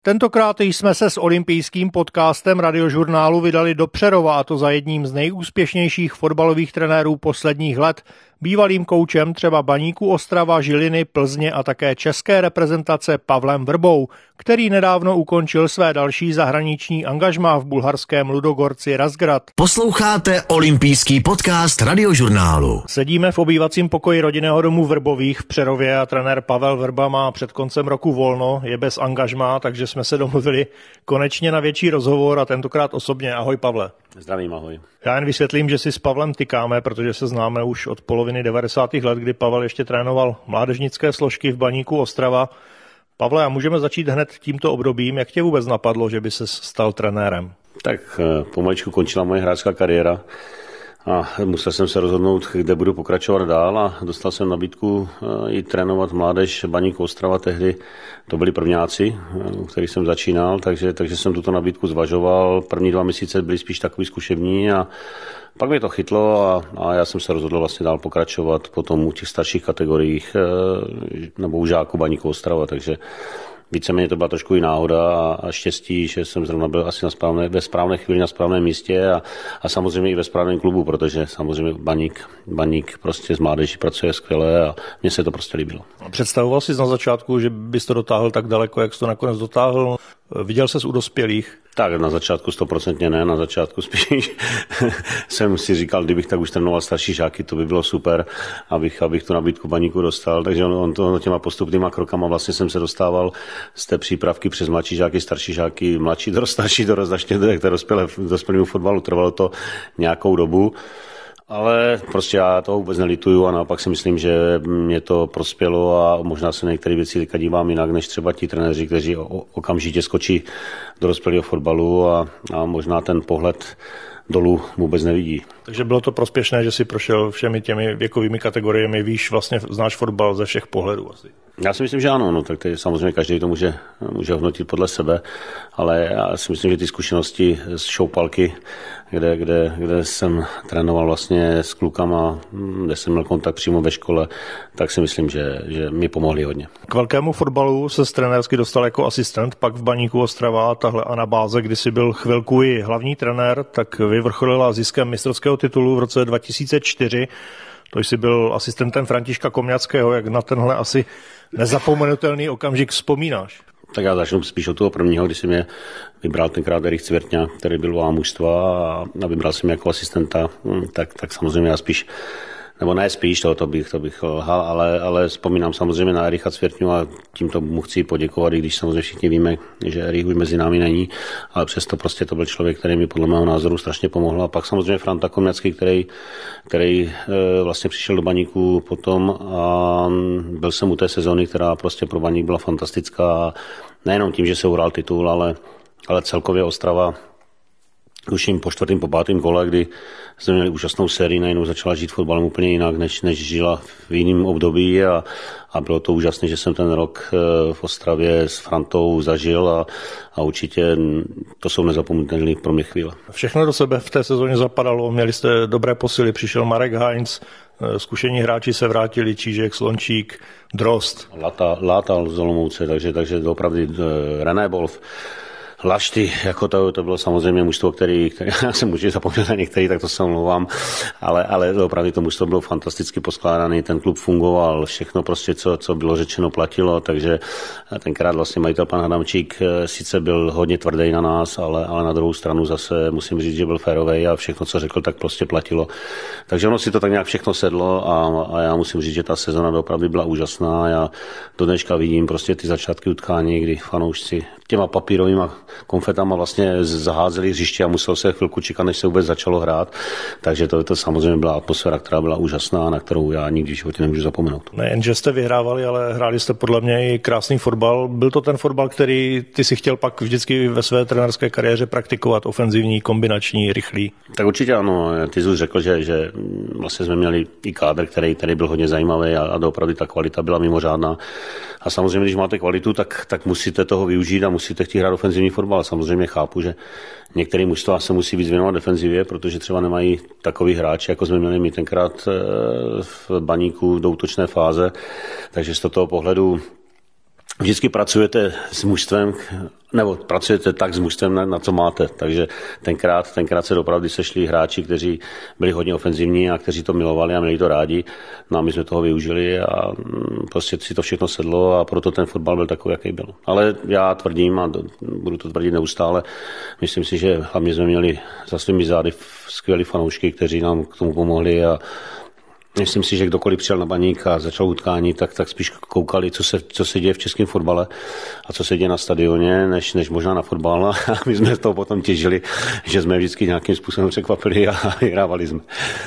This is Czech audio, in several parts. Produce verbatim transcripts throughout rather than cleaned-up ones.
Tentokrát jsme se s olympijským podcastem Radiožurnálu vydali do Přerova, a to za jedním z nejúspěšnějších fotbalových trenérů posledních let, bývalým koučem třeba Baníku Ostrava, Žiliny, Plzně a také české reprezentace Pavlem Vrbou, který nedávno ukončil své další zahraniční angažmá v bulharském Ludogorci Razgrad. Posloucháte olympijský podcast Radiožurnálu. Sedíme v obývacím pokoji rodinného domu Vrbových v Přerově a trenér Pavel Vrba má před koncem roku volno, je bez angažmá, takže jsme se domluvili konečně na větší rozhovor a tentokrát osobně. Ahoj, Pavle. Zdravím, ahoj. Já jen vysvětlím, že si s Pavlem tykáme, protože se známe už od poloviny devadesátých let, kdy Pavel ještě trénoval mládežnické složky v Baníku Ostrava. Pavle, a můžeme začít hned tímto obdobím. Jak tě vůbec napadlo, že by se stal trenérem? Tak pomaličku končila moje hráčská kariéra a musel jsem se rozhodnout, kde budu pokračovat dál, a dostal jsem nabídku jít trénovat mládež Baníku Ostrava. Tehdy to byli prvňáci, u kterých jsem začínal, takže, takže jsem tuto nabídku zvažoval. První dva měsíce byly spíš takový zkušební a pak mě to chytlo a, a já jsem se rozhodl vlastně dál pokračovat potom u těch starších kategoriích nebo u žáků Baníku Ostrava, takže víceméně to byla trošku i náhoda a, a štěstí, že jsem zrovna byl asi na správné, ve správné chvíli na správném místě a, a samozřejmě i ve správném klubu, protože samozřejmě Baník, Baník prostě z mládeží pracuje skvěle a mně se to prostě líbilo. Představoval jsi na začátku, že bys to dotáhl tak daleko, jak jsi to nakonec dotáhl? Viděl ses u dospělých? Tak na začátku stoprocentně ne, na začátku spíš jsem si říkal, kdybych tak už trénoval starší žáky, to by bylo super, abych, abych tu nabídku Baníku dostal, takže on, on to těma postupnýma krokama vlastně jsem se dostával z té přípravky přes mladší žáky, starší žáky, mladší dorost, starší dorost, až k dospělému fotbalu, trvalo to nějakou dobu. Ale prostě já to vůbec nelituju a naopak si myslím, že mě to prospělo a možná se na některé věci teďka dívám jinak než třeba ti trenéři, kteří okamžitě skočí do dospělého fotbalu a, a možná ten pohled dolů vůbec nevidí. Takže bylo to prospěšné, že si prošel všemi těmi věkovými kategoriemi, víš, vlastně znáš fotbal ze všech pohledů asi. Já si myslím, že ano, no, tak tady samozřejmě každý to může, může hodnotit podle sebe, ale já si myslím, že ty zkušenosti z šoupalky, kde, kde, kde jsem trénoval vlastně s klukama, kde jsem měl kontakt přímo ve škole, tak si myslím, že, že mi pomohli hodně. K velkému fotbalu se trenérsky dostal jako asistent, pak v Baníku Ostrava, tahle anabáze, kdy jsi byl chvilku i hlavní trenér, tak vyvrcholila ziskem mistrovského titulu v roce dva tisíce čtyři. To jsi byl asistentem Františka Komňackého, jak na tenhle asi nezapomenutelný okamžik vzpomínáš? Tak já začnu spíš od toho prvního, kdy si mě vybral tenkrát Erich Cvěrtňa, který byl u mužstva a vybral jsem mě jako asistenta, tak, tak samozřejmě já spíš, nebo ne spíš, to, to bych, to bych lhal, ale, ale vzpomínám samozřejmě na Ericha Cvěrtňu a tímto mu chci poděkovat, i když samozřejmě všichni víme, že Erich už mezi námi není, ale přesto prostě to byl člověk, který mi podle mého názoru strašně pomohl. A pak samozřejmě Franta Komňacký, který, který e, vlastně přišel do Baníku potom a byl jsem u té sezóny, která prostě pro Baník byla fantastická. Nejenom tím, že se uhrál titul, ale, ale celkově Ostrava už jim po čtvrtým, po pátým kole, kdy jsme měli úžasnou sérii, najednou začala žít fotbalem úplně jinak, než, než žila v jiném období a, a bylo to úžasné, že jsem ten rok v Ostravě s Frantou zažil a, a určitě to jsou nezapomenutelné pro mě chvíle. Všechno do sebe v té sezóně zapadalo, měli jste dobré posily, přišel Marek Heinz, zkušení hráči se vrátili, Čížek, Slončík, Drost. Lata, látal z Olomouce, takže, takže opravdu René Wolf. Lašty, jako to, to bylo samozřejmě mužstvo, který, který já jsem můžu zapomněl na některý, tak to se omlouvám, ale, ale opravdu to mužstvo bylo fantasticky poskládaný, ten klub fungoval, všechno prostě, co, co bylo řečeno, platilo, takže tenkrát vlastně majitel pan Adamčík sice byl hodně tvrdý na nás, ale, ale na druhou stranu zase musím říct, že byl férovej a všechno, co řekl, tak prostě platilo. Takže ono si to tak nějak všechno sedlo a, a já musím říct, že ta sezona opravdu byla úžasná. Já do dneška vidím prostě ty začátky utkání, kdy fanoušci těma papírovými konfetama vlastně zaházeli hřiště a musel se chvilku čekat, než se vůbec začalo hrát. Takže to, to samozřejmě byla atmosféra, která byla úžasná, na kterou já nikdy v životě nemůžu zapomenout. Nejen, že jste vyhrávali, ale hráli jste podle mě i krásný fotbal. Byl to ten fotbal, který ty si chtěl pak vždycky ve své trenérské kariéře praktikovat, ofenzivní, kombinační, rychlý? Tak určitě ano. Ty jsi už řekl, že, že vlastně jsme měli i kádr, který, který byl hodně zajímavý a, a doopravdy ta kvalita byla mimořádná. A samozřejmě, když máte kvalitu, tak, tak musíte toho využít a musíte chtít hrát ofenzivní fotbal. Samozřejmě chápu, že některé mužstva se musí víc věnovat defenzivě, protože třeba nemají takový hráči, jako jsme měli my tenkrát v Baníku do útočné fáze. Takže z toho pohledu vždycky pracujete s mužstvem, nebo pracujete tak s mužstvem, na, na co máte. Takže tenkrát, tenkrát se opravdu sešli hráči, kteří byli hodně ofenzivní a kteří to milovali a měli to rádi. No a my jsme toho využili a prostě si to všechno sedlo a proto ten fotbal byl takový, jaký byl. Ale já tvrdím a budu to tvrdit neustále, myslím si, že hlavně jsme měli za svými zády skvělý fanoušky, kteří nám k tomu pomohli a myslím si, že kdokoliv přijel na Baník a začal utkání, tak, tak spíš koukali, co se, co se děje v českém fotbale a co se děje na stadioně, než, než možná na fotbal. A my jsme z toho potom těžili, že jsme vždycky nějakým způsobem překvapili a vyhrávali jsme.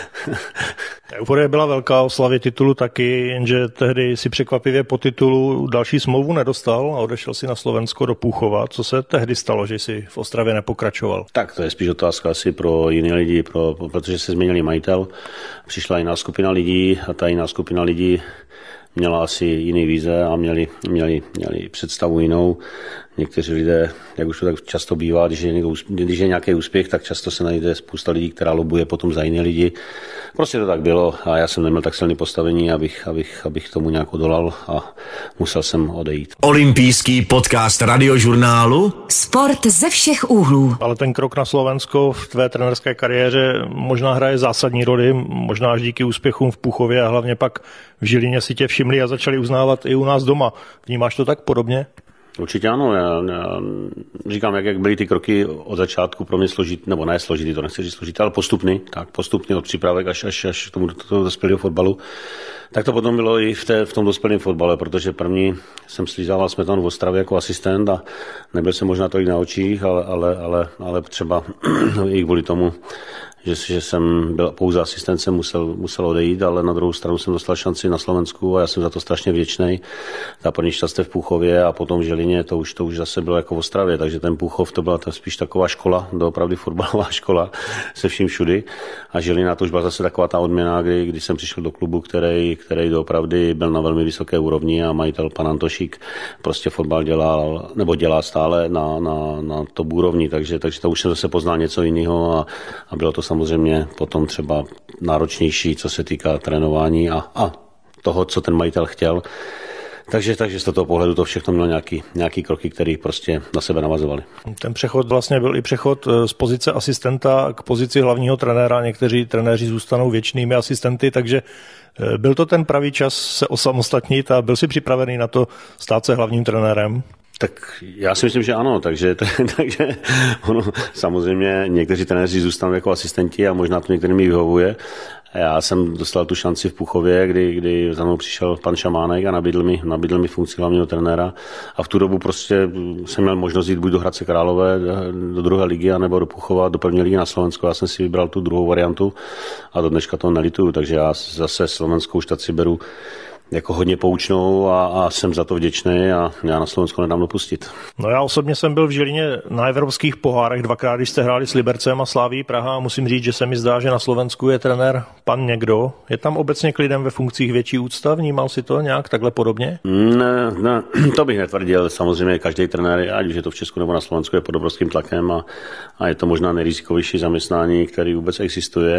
Euforie byla velká, oslavě titulu taky, jenže tehdy si překvapivě po titulu další smlouvu nedostal a odešel si na Slovensko do Púchova. Co se tehdy stalo, že si v Ostravě nepokračoval? Tak to je spíš otázka asi pro jiné lidi, pro, protože se změnili majitel, přišla jiná skupina lidí a ta jiná skupina lidí měla asi jiný vize a měli, měli, měli představu jinou. Někteří lidé, jak už to tak často bývá, když je, někdo, když je nějaký úspěch, tak často se najde spousta lidí, která lobuje potom za jiné lidi. Prostě to tak bylo a já jsem neměl tak silné postavení, abych, abych, abych tomu nějak odolal a musel jsem odejít. Olympijský podcast Radiožurnálu. Sport ze všech úhlů. Ale ten krok na Slovensko v tvé trenérské kariéře možná hraje zásadní roli, možná až díky úspěchům v Púchově a hlavně pak v Žilině si tě všimli a začali uznávat i u nás doma. Vnímáš to tak podobně? Určitě ano, já, já říkám, jak, jak byly ty kroky od začátku pro mě složitý, nebo ne složitý, to nechci říct složitý, ale postupný, tak postupně od přípravek až, až, až k tomu do toho dospělého fotbalu. Tak to potom bylo i v, té, v tom dospělém fotbale, protože první jsem slízával Smetanu v Ostravě jako asistent a nebyl jsem možná tolik na očích, ale, ale, ale, ale třeba i kvůli tomu, že, že jsem byl pouze asistent, jsem musel, musel odejít, ale na druhou stranu jsem dostal šanci na Slovensku a já jsem za to strašně vděčný. Ta první šťast v Púchově a potom v Žilině, to už, to už zase bylo jako v Ostravě, takže ten Púchov to byla to spíš taková škola, doopravdy fotbalová škola se vším všudy. A Žilina to už byla zase taková ta odměna, kdy, kdy jsem přišel do klubu, který, který doopravdy byl na velmi vysoké úrovni a majitel pan Antošík prostě fotbal dělal, nebo dělá stále na, na, na top úrovni, takže, takže to už jsem zase poznal něco jiného a, a bylo to samozřejmě potom třeba náročnější, co se týká trénování a, a toho, co ten majitel chtěl. Takže, takže z toho pohledu to všechno mělo nějaký, nějaký kroky, které prostě na sebe navazovaly. Ten přechod vlastně byl i přechod z pozice asistenta k pozici hlavního trenéra. Někteří trenéři zůstanou věčnými asistenty, takže byl to ten pravý čas se osamostatnit a byl si připravený na to stát se hlavním trenérem? Tak já si myslím, že ano, takže, takže ono, samozřejmě někteří trenéři zůstanou jako asistenti a možná to některým vyhovuje. Já jsem dostal tu šanci v Púchově, kdy, kdy za mnou přišel pan Šamánek a nabídl mi, nabídl mi funkci hlavního trenéra a v tu dobu prostě jsem měl možnost jít buď do Hradce Králové, do druhé ligy, anebo do Púchova, do první ligy na Slovensko. Já jsem si vybral tu druhou variantu a do dneška toho nelituju, takže já zase slovenskou štaci beru jako hodně poučnou a, a jsem za to vděčný a já na Slovensku nedám dopustit. No já osobně jsem byl v Žilině na evropských pohárech dvakrát, když jste hráli s Libercem a Slaví Praha a musím říct, že se mi zdá, že na Slovensku je trenér pan někdo. Je tam obecně k lidem ve funkcích větší úcta? Vnímal si to nějak takhle podobně? Ne, ne, to bych netvrdil. Samozřejmě každý trenér, ať už je to v Česku nebo na Slovensku, je pod obrovským tlakem a, a je to možná nejrizikovější zaměstnání, který vůbec existuje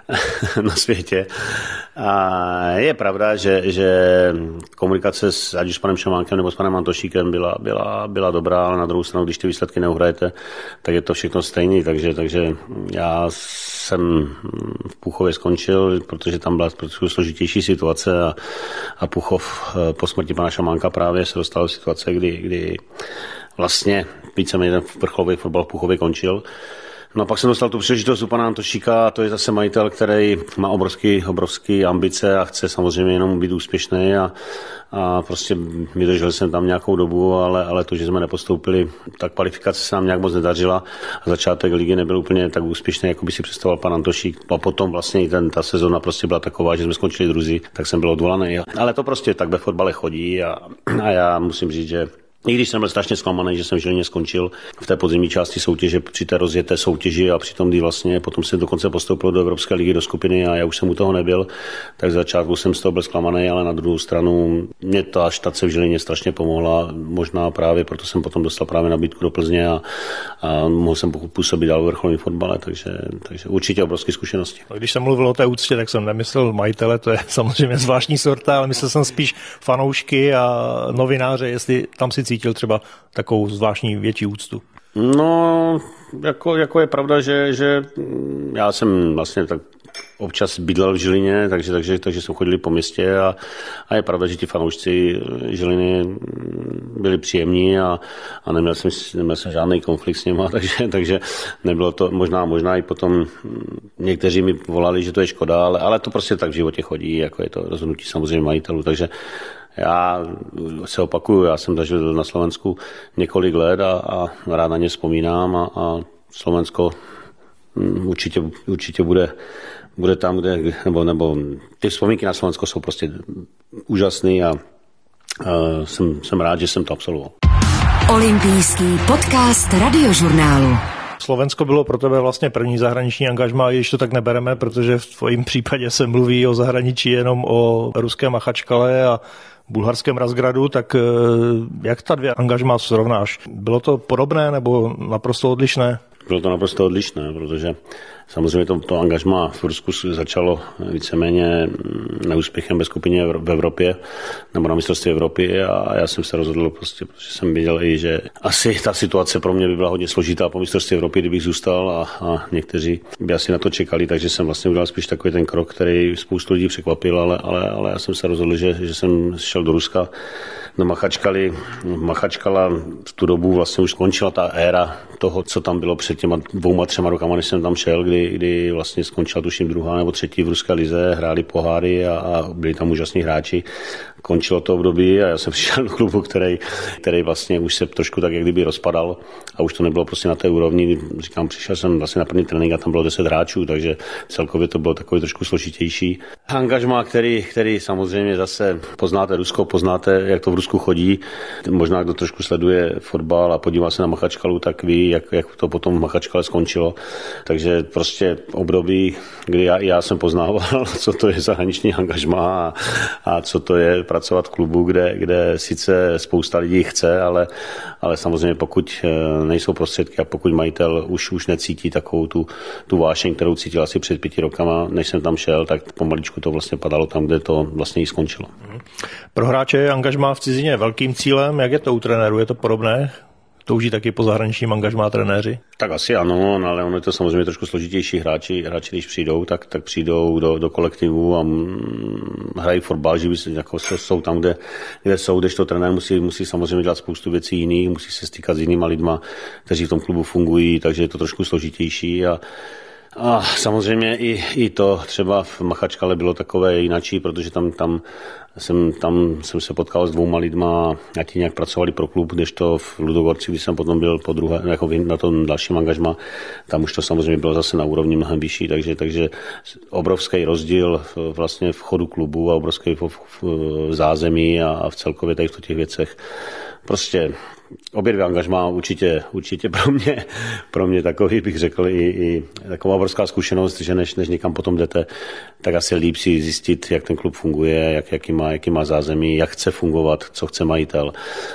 na světě. A je pravda, že, že komunikace s, ať už s panem Šamánkem nebo s panem Antošíkem byla, byla, byla dobrá, ale na druhou stranu, když ty výsledky neuhrajete, tak je to všechno stejný, takže, takže já jsem v Púchově skončil, protože tam byla složitější situace a, a Púchov po smrti pana Šamánka právě se dostal do situace, kdy, kdy vlastně víceméně ten vrcholový fotbal v Púchově končil. No a pak jsem dostal tu příležitost u pana Antošíka, to je zase majitel, který má obrovský, obrovský ambice a chce samozřejmě jenom být úspěšný a, a prostě vydržel jsem tam nějakou dobu, ale, ale to, že jsme nepostoupili, ta kvalifikace se nám nějak moc nedařila a začátek ligy nebyl úplně tak úspěšný, jako by si představoval pan Antošík. A potom vlastně i ten, ta sezona prostě byla taková, že jsme skončili druzí, tak jsem byl odvolaný. Ale to prostě tak ve fotbale chodí a, a já musím říct, že I když jsem byl strašně zklamaný, že jsem v Žilině skončil v té podzimní části soutěže, při té rozjeté soutěži a přitom, kdy vlastně potom jsem dokonce postoupil do Evropské ligy do skupiny a já už jsem u toho nebyl, tak z začátku jsem z toho byl zklamaný, ale na druhou stranu mě ta štace v Žilině strašně pomohla, možná právě proto jsem potom dostal právě nabídku do Plzně a, a mohl jsem působit dál v vrcholovém fotbale, takže, takže určitě obrovské zkušenosti. Když jsem mluvil o té úctě, tak jsem nemyslel majitele, to je samozřejmě zvláštní sorta, ale myslel jsem spíš fanoušky a novináře, jestli tam si cítil třeba takovou zvláštní větší úctu. No, jako, jako je pravda, že, že já jsem vlastně tak občas bydlel v Žilině, takže, takže, takže jsme chodili po městě a, a je pravda, že ti fanoušci Žiliny byli příjemní a, a neměl, jsem, neměl jsem žádný konflikt s nima, takže, takže nebylo to, možná, možná i potom někteří mi volali, že to je škoda, ale, ale to prostě tak v životě chodí, jako je to rozhodnutí samozřejmě majitelů, takže já se opakuju, já jsem zažil na Slovensku několik let a, a rád na ně vzpomínám a, a Slovensko určitě, určitě bude, bude tam, kde, nebo, nebo ty vzpomínky na Slovensko jsou prostě úžasný a, a jsem, jsem rád, že jsem to absolvoval. Olympijský podcast Radiožurnálu. Slovensko bylo pro tebe vlastně první zahraniční angažmá, i když to tak nebereme, protože v tvojím případě se mluví o zahraničí jenom o ruském Machačkale a bulharském Razgradu, tak jak ta dvě angažmá srovnáš? Bylo to podobné nebo naprosto odlišné? Bylo to naprosto odlišné, protože samozřejmě to, to angažmá v Rusku začalo víceméně neúspěchem ve skupině v Evropě nebo na mistrovství Evropy a já jsem se rozhodl prostě, protože jsem viděl i, že asi ta situace pro mě by byla hodně složitá po mistrovství Evropy, kdybych zůstal a, a někteří by asi na to čekali, takže jsem vlastně udělal spíš takový ten krok, který spoustu lidí překvapil, ale, ale, ale já jsem se rozhodl, že, že jsem šel do Ruska, do Machačkaly. Machačkala v tu dobu vlastně už skončila ta éra toho, co tam bylo před těma dvouma, třema rokama, než jsem tam šel, kdy, kdy vlastně skončila tuším druhá nebo třetí v ruské lize, hráli poháry a, a byli tam úžasní hráči. Končilo to období a já jsem přišel do klubu, který, který vlastně už se trošku tak jak kdyby rozpadal a už to nebylo prostě na té úrovni. Říkám, přišel jsem vlastně na první trénink a tam bylo deset hráčů, takže celkově to bylo takový trošku složitější. Angažmá, který, který samozřejmě zase poznáte Rusko, poznáte, jak to v Rusku chodí. Možná kdo trošku sleduje fotbal a podívá se na Machačkalu, tak ví, jak, jak to potom v Machačkale skončilo. Takže prostě období, kdy já, já jsem poznával, co to je zahraniční angažmá a, a co to je pracovat v klubu, kde, kde sice spousta lidí chce, ale, ale samozřejmě pokud nejsou prostředky a pokud majitel už, už necítí takovou tu, tu vášeň, kterou cítil asi před pěti rokama, než jsem tam šel, tak pomaličku to vlastně padalo tam, kde to vlastně i skončilo. Pro hráče je angažmá v cizině velkým cílem. Jak je to u trenéru? Je to podobné? Touží taky po zahraničním angažmá trenéři? Tak asi ano, ale ono je to samozřejmě trošku složitější. Hráči, hráči když přijdou, tak, tak přijdou do, do kolektivu a mm, hrají fotbal, že jako jsou tam, kde, kde jsou, kdežto trenér musí, musí samozřejmě dělat spoustu věcí jiných, musí se stýkat s jinýma lidma, kteří v tom klubu fungují, takže je to trošku složitější a A samozřejmě i, i to třeba v Machačkale bylo takové jinačí, protože tam, tam, jsem, tam jsem se potkal s dvouma lidma a ti nějak pracovali pro klub, kdežto v Ludogorci, když jsem potom byl po druhé, jako na tom dalším angažmá, tam už to samozřejmě bylo zase na úrovni mnohem vyšší, takže, takže obrovský rozdíl vlastně v chodu klubu a obrovský v, v, v zázemí a, a v celkově tady v těch věcech. Prostě obě dvě angažmá určitě, určitě pro mě, pro mě takový, bych řekl, i, i taková obrovská zkušenost, že než, než někam potom jdete, tak asi líp si zjistit, jak ten klub funguje, jak, jaký, má, jaký má zázemí, jak chce fungovat, co chce majitel.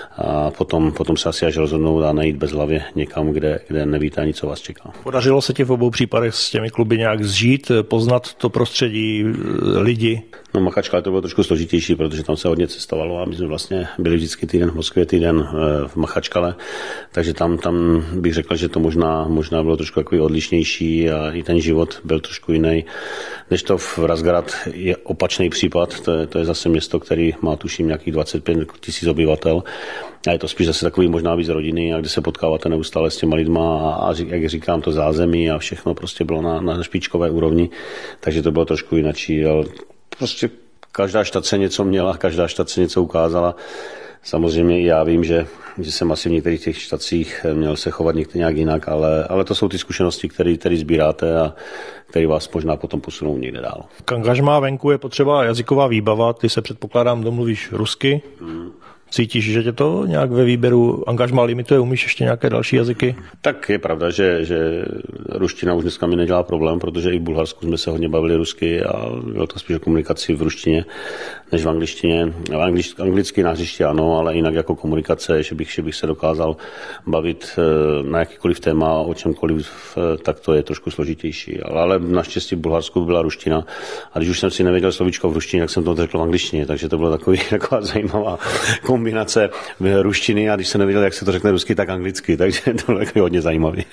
A potom, potom se asi až rozhodnout a nejít bez hlavě někam, kde, kde nevíte ani, co vás čeká. Podařilo se ti v obou případech s těmi kluby nějak zžít, poznat to prostředí, lidi? No Machačkale to bylo trošku složitější, protože tam se hodně cestovalo a my jsme vlastně byli vždycky týden v Moskvě, týden v Machačkale, takže tam, tam bych řekl, že to možná, možná bylo trošku takový odlišnější a i ten život byl trošku jiný. Než to v Razgrad je opačný případ, to je, to je zase město, který má tuším nějakých dvacet pět tisíc obyvatel a je to spíš zase takový možná víc rodiny, a kde se potkáváte neustále s těma lidma a, a jak říkám, to zázemí a všechno prostě bylo na, na špičkové úrovni, takže to bylo trošku jinačí, ale prostě každá štace něco měla, každá štace něco ukázala. Samozřejmě i já vím, že, že jsem asi v některých těch štacích měl se chovat někde nějak jinak, ale, ale to jsou ty zkušenosti, které, které sbíráte a které vás možná potom posunou někde dál. K angažmá venku je potřeba jazyková výbava, ty se předpokládám domluvíš rusky. Hmm. Cítíš, že tě to nějak ve výběru angažmá limituje? Umíš ještě nějaké další jazyky? Tak je pravda, že, že ruština už dneska mi nedělá problém, protože i v Bulharsku jsme se hodně bavili rusky a bylo to spíš o komunikaci v ruštině než v angličtině. Anglič, anglicky na hřišti ano, ale jinak jako komunikace, že bych, že bych se dokázal bavit na jakýkoliv téma, o čemkoliv, tak to je trošku složitější. Ale, ale naštěstí v Bulharsku byla ruština a když už jsem si nevěděl slovíčko v ruštině, tak jsem to řekl v angličtině, takže to bylo takový, taková zajímavá kombinace ruštiny a když jsem nevěděl, jak se to řekne rusky, tak anglicky, takže to bylo hodně zajímavý.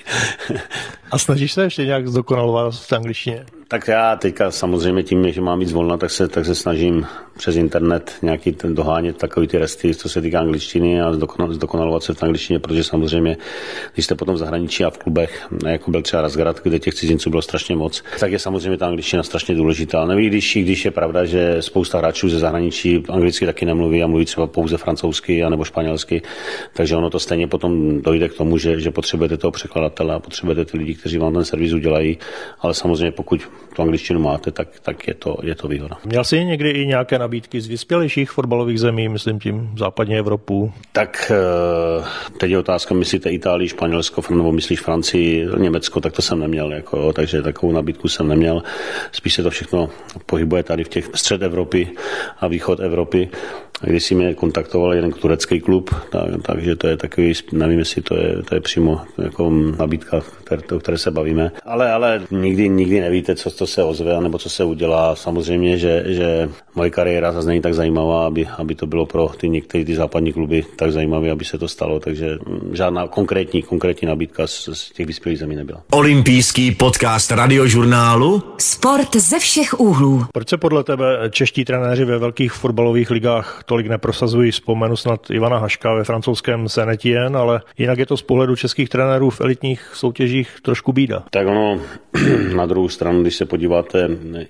A snažíš se ještě nějak zdokonalovat v angličtině? Tak já teďka samozřejmě tím, že mám víc volna, tak se, tak se snažím přes internet nějaký ten dohánět takový ty resty, co se týká angličtiny a zdokonalovat se v angličtině, protože samozřejmě, když jste potom v zahraničí a v klubech, jako byl třeba Razgrad, kde těch cizinců bylo strašně moc, tak je samozřejmě ta angličtina strašně důležitá. Nevím, když, když je pravda, že spousta hráčů ze zahraničí anglicky taky nemluví a mluví třeba pouze francouzsky anebo španělsky, takže ono to stejně potom dojde k tomu, že, že potřebujete toho překladatele a potřebujete ty lidi, kteří vám ten servis udělají, ale samozřejmě pokud tu angličtinu máte, tak, tak je, to, je to výhoda. Měl jsi někdy i nějaké nabídky z vyspělejších fotbalových zemí, myslím tím západní Evropu? Tak teď je otázka, myslíte Itálii, Španělsko, nebo myslíš Francii, Německo, tak to jsem neměl, jako, takže takovou nabídku jsem neměl. Spíš se to všechno pohybuje tady v těch střed Evropy a východ Evropy. Když si mě kontaktoval jeden turecký klub, tak, takže to je takový, nevím, jestli to je, to je přímo jako nabídka, které, o které se bavíme. Ale, ale nikdy, nikdy nevíte, co to se ozve, nebo co se udělá. Samozřejmě, že, že moje kariéra zase není tak zajímavá, aby, aby to bylo pro ty některé ty západní kluby tak zajímavé, aby se to stalo. Takže žádná konkrétní, konkrétní nabídka z, z těch vyspělých zemí nebyla. Olympijský podcast Radiožurnálu. Sport ze všech úhlů. Proč se podle tebe čeští trenéři ve velkých fotbalových ligách tolik neprosazují? Vzpomenu snad Ivana Haška ve francouzském Saint-Étienne, ale jinak je to z pohledu českých trenérů v elitních soutěžích trošku bída. Tak ono, na druhou stranu, když se podíváte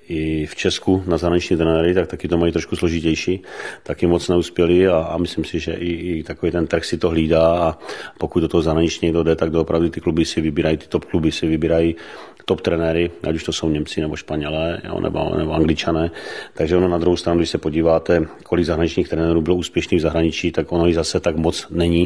i v Česku na zahraniční trenéry, tak taky to mají trošku složitější, taky moc neuspěli a, a myslím si, že i, i takový ten trh si to hlídá a pokud do toho zahraničí někdo jde, tak opravdu ty kluby si vybírají, ty top kluby si vybírají top trenéry, ať už to jsou Němci nebo Španělé, jo, nebo, nebo Angličané. Takže ono na druhou stranu, když se podíváte, kolik zahraničních trenérů bylo úspěšných v zahraničí, tak ono i zase tak moc není.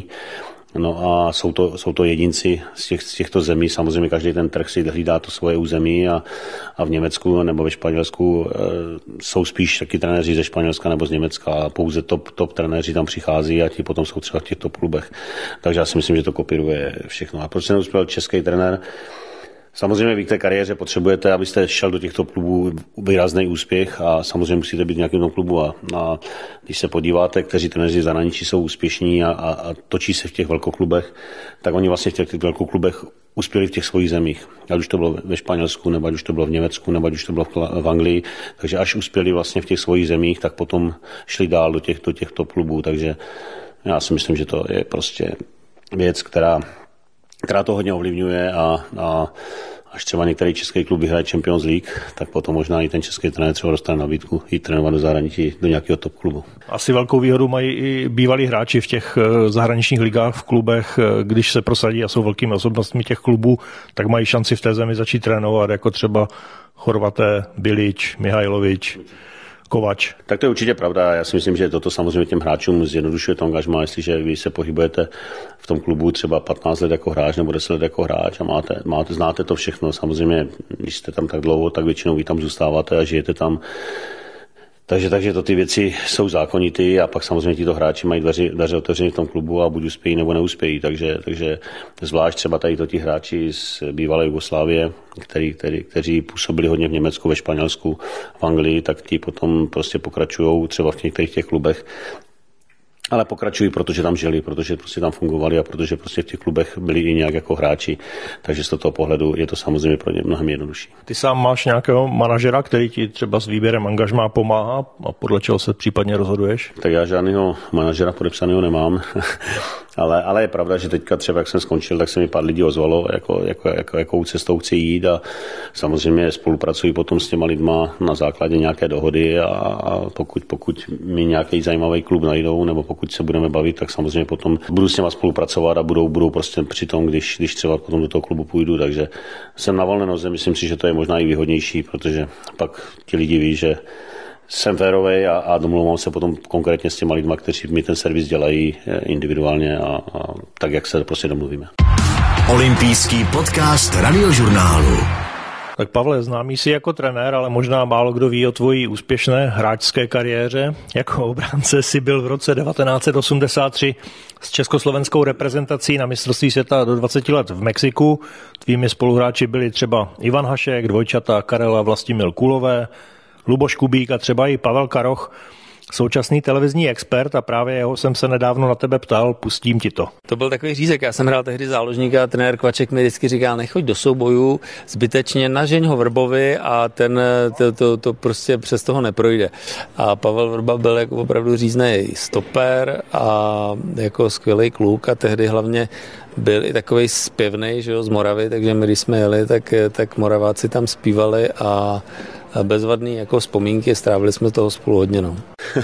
No a jsou to, jsou to jedinci z, těch, z těchto zemí. Samozřejmě každý ten trh si hlídá to svoje území a, a v Německu nebo ve Španělsku e, jsou spíš taky trenéři ze Španělska nebo z Německa a pouze top, top trenéři tam přichází a ti potom jsou třeba v těch top klubech. Takže já si myslím, že to kopíruje všechno. A proč se neuspěl český trenér? Samozřejmě v té kariéře potřebujete, abyste šel do těchto klubů výrazný úspěch a samozřejmě musíte být v nějakém klubu a, a když se podíváte, kteří trenéři v zahraničí jsou úspěšní a, a, a točí se v těch velkoklubech, tak oni vlastně v těch, těch velkoklubech uspěli v těch svých zemích. Ať už to bylo ve Španělsku, nebo ať už to bylo v Německu, nebo ať už to bylo v Anglii. Takže až uspěli vlastně v těch svých zemích, tak potom šli dál do těch, do těchto klubů. Takže já si myslím, že to je prostě věc, která která to hodně ovlivňuje a, a až třeba některý český klub vyhraje Champions League, tak potom možná i ten český trenér třeba dostane nabídku jít trénovat do zahraničí, do nějakého top klubu. Asi velkou výhodu mají i bývalí hráči v těch zahraničních ligách, v klubech, když se prosadí a jsou velkými osobnostmi těch klubů, tak mají šanci v té zemi začít trénovat, jako třeba Chorvaté, Bilič, Mihajlovič, Kovač. Tak to je určitě pravda. Já si myslím, že toto samozřejmě těm hráčům zjednodušuje to angažmá, jestliže vy se pohybujete v tom klubu třeba patnáct let jako hráč nebo deset let jako hráč a máte, máte, znáte to všechno. Samozřejmě, když jste tam tak dlouho, tak většinou vy tam zůstáváte a žijete tam. Takže, takže to ty věci jsou zákonitý a pak samozřejmě tito hráči mají dveře, dveře otevřené v tom klubu a buď uspějí nebo neuspějí. Takže, takže zvlášť třeba tady to ti hráči z bývalé Jugoslávie, který, který, kteří působili hodně v Německu, ve Španělsku, v Anglii, tak ti potom prostě pokračují třeba v některých těch klubech. Ale pokračují, protože tam žili, protože prostě tam fungovali a protože prostě v těch klubech byli i nějak jako hráči. Takže z toho pohledu je to samozřejmě pro ně mnohem jednodušší. Ty sám máš nějakého manažera, který ti třeba s výběrem angažmá pomáhá a podle čeho se případně rozhoduješ? Tak já žádného manažera podepsaného nemám. Ale, ale je pravda, že teďka třeba, jak jsem skončil, tak se mi pár lidí ozvalo, jako, jako, jako, jakou cestou chci jít a samozřejmě spolupracuji potom s těma lidma na základě nějaké dohody a, a pokud, pokud mi nějaký zajímavý klub najdou nebo pokud se budeme bavit, tak samozřejmě potom budu s těma spolupracovat a budou, budou prostě při tom, když, když třeba potom do toho klubu půjdu, takže jsem na volné noze, myslím si, že to je možná i výhodnější, protože pak ti lidi ví, že jsem férovej a, a domluvám se potom konkrétně s těma lidma, kteří mi ten servis dělají individuálně a, a tak, jak se prostě domluvíme. Olympijský podcast Radiožurnálu. Tak Pavle, známý jsi jako trenér, ale možná málo kdo ví o tvojí úspěšné hráčské kariéře. Jako obránce si byl v roce devatenáct set osmdesát tři s československou reprezentací na mistrovství světa do dvaceti let v Mexiku. Tvými spoluhráči byli třeba Ivan Hašek, dvojčata Karel a Vlastimil Kulové, Luboš Kubík a třeba i Pavel Karoch, současný televizní expert, a právě jeho jsem se nedávno na tebe ptal, pustím ti to. To byl takový řízek, já jsem hrál tehdy záložníka a trenér Kvaček mi vždycky říkal, nechoď do soubojů, zbytečně nažeň ho Vrbovi a ten to, to, to prostě přes toho neprojde. A Pavel Vrba byl jako opravdu říznej stoper a jako skvělý kluk a tehdy hlavně byl i takovej zpěvnej, že jo, z Moravy, takže my když jsme jeli, tak, tak Moraváci tam zpívali a bezvadný jako vzpomínky, strávili jsme toho spolu hodně. No.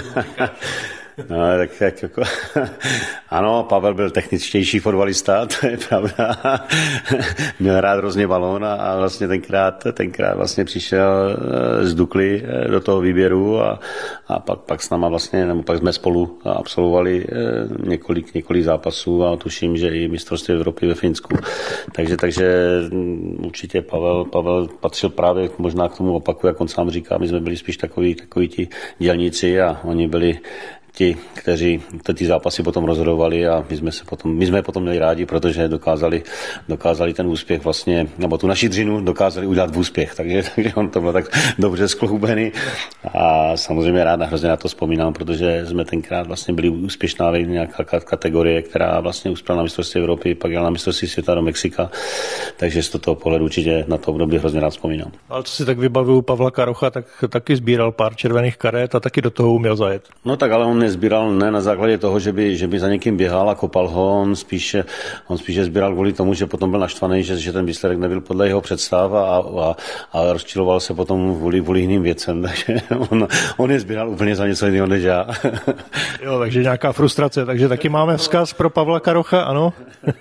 No, tak, tak jako, ano, Pavel byl techničtější fotbalista, to je pravda. Měl hrát hrozně balón a, a vlastně tenkrát, tenkrát vlastně přišel z Dukly do toho výběru a, a pak, pak s náma vlastně, nebo pak jsme spolu absolvovali několik, několik zápasů a tuším, že i mistrovství Evropy ve Finsku. Takže, takže určitě Pavel, Pavel patřil právě možná k tomu opaku, jak on sám říká, my jsme byli spíš takový, takový ti dělníci a oni byli ti, kteří ty zápasy potom rozhodovali a my jsme se potom, my jsme potom měli rádi, protože dokázali, dokázali ten úspěch vlastně, nebo tu naši dřinu dokázali udělat v úspěch, takže, takže on to byl tak dobře skloubený a samozřejmě rád hrozně na to vzpomínám, protože jsme tenkrát vlastně byli úspěšná nějaká kategorie, která vlastně uspěla na mistrovství Evropy, pak jela na mistrovství světa do Mexika, takže z toho pohledu určitě na to období hrozně rád vzpomínám. Ale co si tak vybavuju Pavla Karocha, tak taky sbíral pár červených karet a taky do toho uměl zajet. No tak ale on nezbíral ne na základě toho, že by, že by za někým běhal a kopal ho, on spíše, on spíše sbíral kvůli tomu, že potom byl naštvaný, že, že ten výsledek nebyl podle jeho představ a, a, a rozčiloval se potom kvůli, kvůli jiným věcem, takže on, on je sbíral úplně za něco jiného než já. Jo, takže nějaká frustrace, takže taky máme vzkaz pro Pavla Karocha, ano?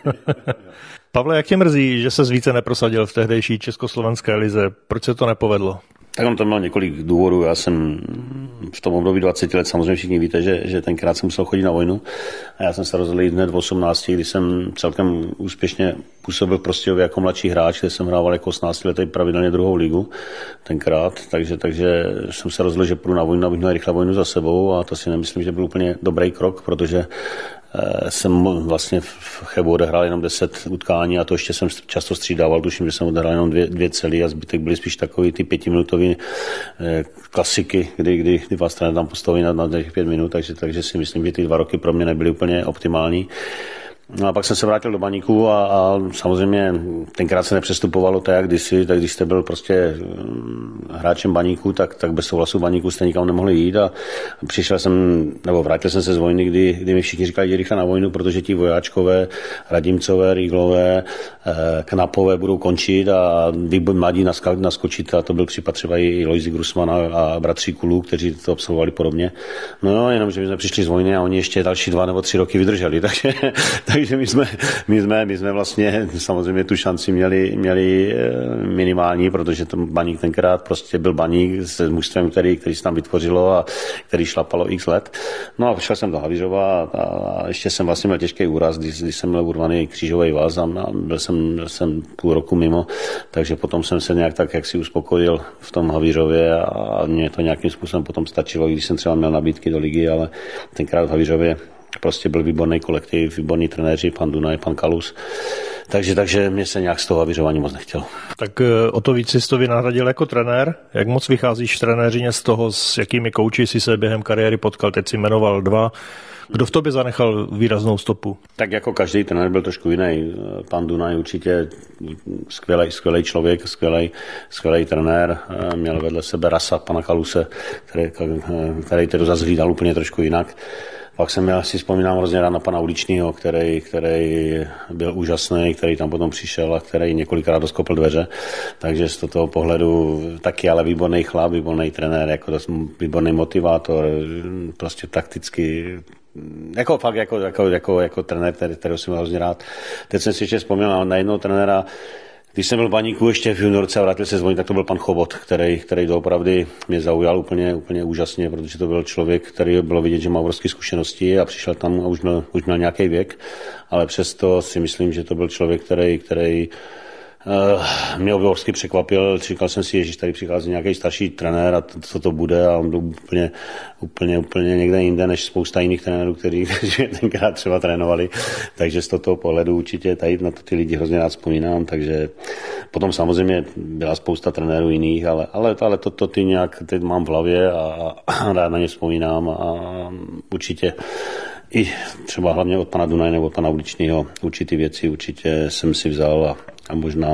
Pavle, jak tě mrzí, že ses více neprosadil v tehdejší československé lize? Proč se to nepovedlo? Tak on to měl několik důvodů. Já jsem v tom období dvacet let, samozřejmě všichni víte, že, že tenkrát jsem musel chodit na vojnu. A já jsem se rozhodl jít hned v osmnácti, kdy jsem celkem úspěšně působil v Prostějově jako mladší hráč, kde jsem hrával jako osmnáctiletý pravidelně druhou ligu tenkrát. Takže, takže jsem se rozhodl, že půjdu na vojnu, abych měl rychle vojnu za sebou a to si nemyslím, že byl úplně dobrý krok, protože jsem vlastně v Chebu odehrál jenom deset utkání a to ještě jsem často střídával, tuším, že jsem odehrál jenom dvě, dvě celý a zbytek byly spíš takový ty pětiminutový eh, klasiky, kdy, kdy, kdy vás trenér tam postaví na, na těch pět minut, takže, takže si myslím, že ty dva roky pro mě nebyly úplně optimální. No a pak jsem se vrátil do Baníku a, a samozřejmě tenkrát se nepřestupovalo to jak kdysi, tak když jste byl prostě hráčem Baníku, tak, tak bez souhlasu Baníku jste nikam nemohli jít a přišel jsem, nebo vrátil jsem se z vojny, kdy, kdy mi všichni říkali, jdi rychle na vojnu, protože ti vojáčkové, Radimcové, Rýglové, Knapové budou končit a vy mladí naskočit a to byl případ třeba i Lojzy Grusmana a bratří Kulů, kteří to absolvovali podobně. No jenom, že my jsme přišli z vojny a oni ještě další dva nebo tři roky vydrželi, takže takže my jsme, my jsme, my jsme vlastně samozřejmě tu šanci měli, měli minimální, protože ten Baník tenkrát prostě byl Baník s mužstvem, který, který se tam vytvořilo a který šlapalo x let. No a šel jsem do Havířova a, a ještě jsem vlastně měl těžký úraz, když, když jsem měl urvaný křížový vaz a byl jsem, byl jsem půl roku mimo, takže potom jsem se nějak tak jak si uspokojil v tom Havířově a mě to nějakým způsobem potom stačilo, když jsem třeba měl nabídky do ligy, ale tenkrát v Havířově prostě byl výborný kolektiv, výborní trenéři, pan Dunaj, pan Kalus. Takže, takže mě se nějak z toho avířování moc nechtělo. Tak o to víc jsi to vynahradil jako trenér. Jak moc vycházíš v trenéřině z toho, s jakými kouči jsi se během kariéry potkal? Teď jsi jmenoval dva. Kdo v tobě zanechal výraznou stopu? Tak jako každý trenér byl trošku jiný. Pan Dunaj určitě skvělej, skvělej člověk, skvělej, skvělej trenér. Měl vedle sebe Rasa, pana Kaluse, který, který to zase hlídal úplně trošku jinak. Pak jsem, já si vzpomínám hrozně rád na pana Uličnýho, který, který byl úžasný, který tam potom přišel a který několikrát doskopl dveře. Takže z toho pohledu taky ale výborný chlap, výborný trenér, jako výborný motivátor, prostě takticky, jako fakt jako, jako, jako, jako trenér, který, kterého jsem hrozně rád. Teď jsem si ještě vzpomněl na jednoho trenéra, Když jsem byl v Baníku ještě v juniorce a vrátil se zvonit, tak to byl pan Chobot, který, který doopravdy mě zaujal úplně, úplně úžasně, protože to byl člověk, který bylo vidět, že má obrovské zkušenosti a přišel tam a už měl, už měl nějaký věk, ale přesto si myslím, že to byl člověk, který, který Uh, mě obrovsky překvapil, říkal jsem si, ježiš, tady přichází nějaký starší trenér a to, co to bude a on byl úplně, úplně, úplně někde jinde než spousta jiných trenérů, kteří tenkrát třeba trénovali, takže z toho pohledu určitě tady na to ty lidi hrozně rád vzpomínám, takže potom samozřejmě byla spousta trenérů jiných, ale, ale, ale to, to ty nějak teď mám v hlavě a, a rád na ně vzpomínám a určitě i třeba hlavně od pana Dunaje nebo od pana Uličného určitý věci určitě jsem si vzal a, a možná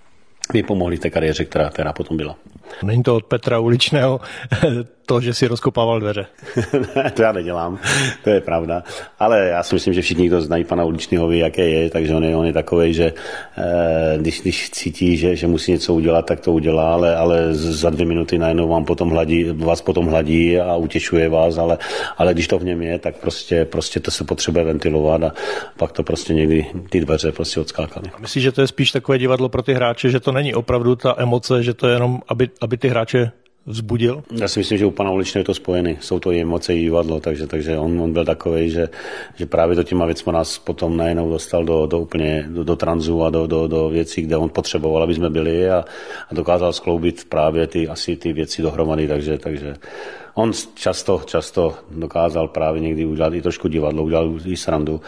mi pomohli v té kariéře, která, která potom byla. Není to od Petra Uličného to, že si rozkopával dveře? Ne, to já nedělám, to je pravda. Ale já si myslím, že všichni, kdo znají pana Uličného, ví, jaké je, takže on je, on je takovej, že eh, když, když cítí, že, že musí něco udělat, tak to udělá, ale, ale za dvě minuty najednou vám potom hladí, vás potom hladí a utěšuje vás, ale, ale když to v něm je, tak prostě, prostě to se potřebuje ventilovat a pak to prostě někdy ty dveře prostě odskákaly. Myslíš, že to je spíš takové divadlo pro ty hráče, že to není opravdu ta emoce, že to je jenom, aby, aby ty hráče vzbudil? Já si myslím, že u pana Uličného je to spojený. Jsou to i emoce, i divadlo, takže, takže on, on byl takovej, že, že právě to těma věcma nás potom najednou dostal do, do úplně do, do tranzu a do, do, do věcí, kde on potřeboval, aby jsme byli a, a dokázal skloubit právě ty, asi ty věci dohromady, takže, takže on často, často dokázal právě někdy udělat i trošku divadlo, udělal i srandu,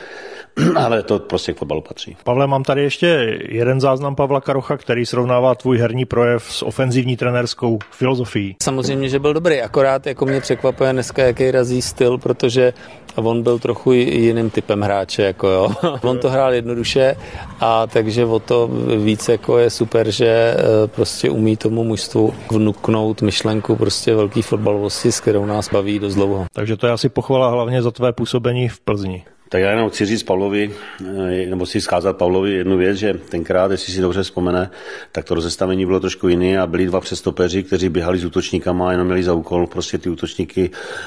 ale to prostě k fotbalu patří. Pavle, mám tady ještě jeden záznam Pavla Karocha, který srovnává tvůj herní projev s ofenzivní trenérskou filozofií. Samozřejmě, že byl dobrý, akorát jako mě překvapuje dneska, jaký razí styl, protože on byl trochu jiným typem hráče, jako jo. On to hrál jednoduše a takže o to víc jako je super, že prostě umí tomu mužstvu vnuknout myšlenku prostě velký fotbalovosti, s kterou nás baví dost dlouho. Takže to je asi pochvala hlavně za tvé působení v Plzni. Tak já jenom chci říct Pavlovi, nebo si vzkázat Pavlovi jednu věc, že tenkrát, jestli si dobře vzpomene, tak to rozestavení bylo trošku jiné a byli dva přestopeři, kteří běhali s útočníkama a jenom měli za úkol prostě ty útočníky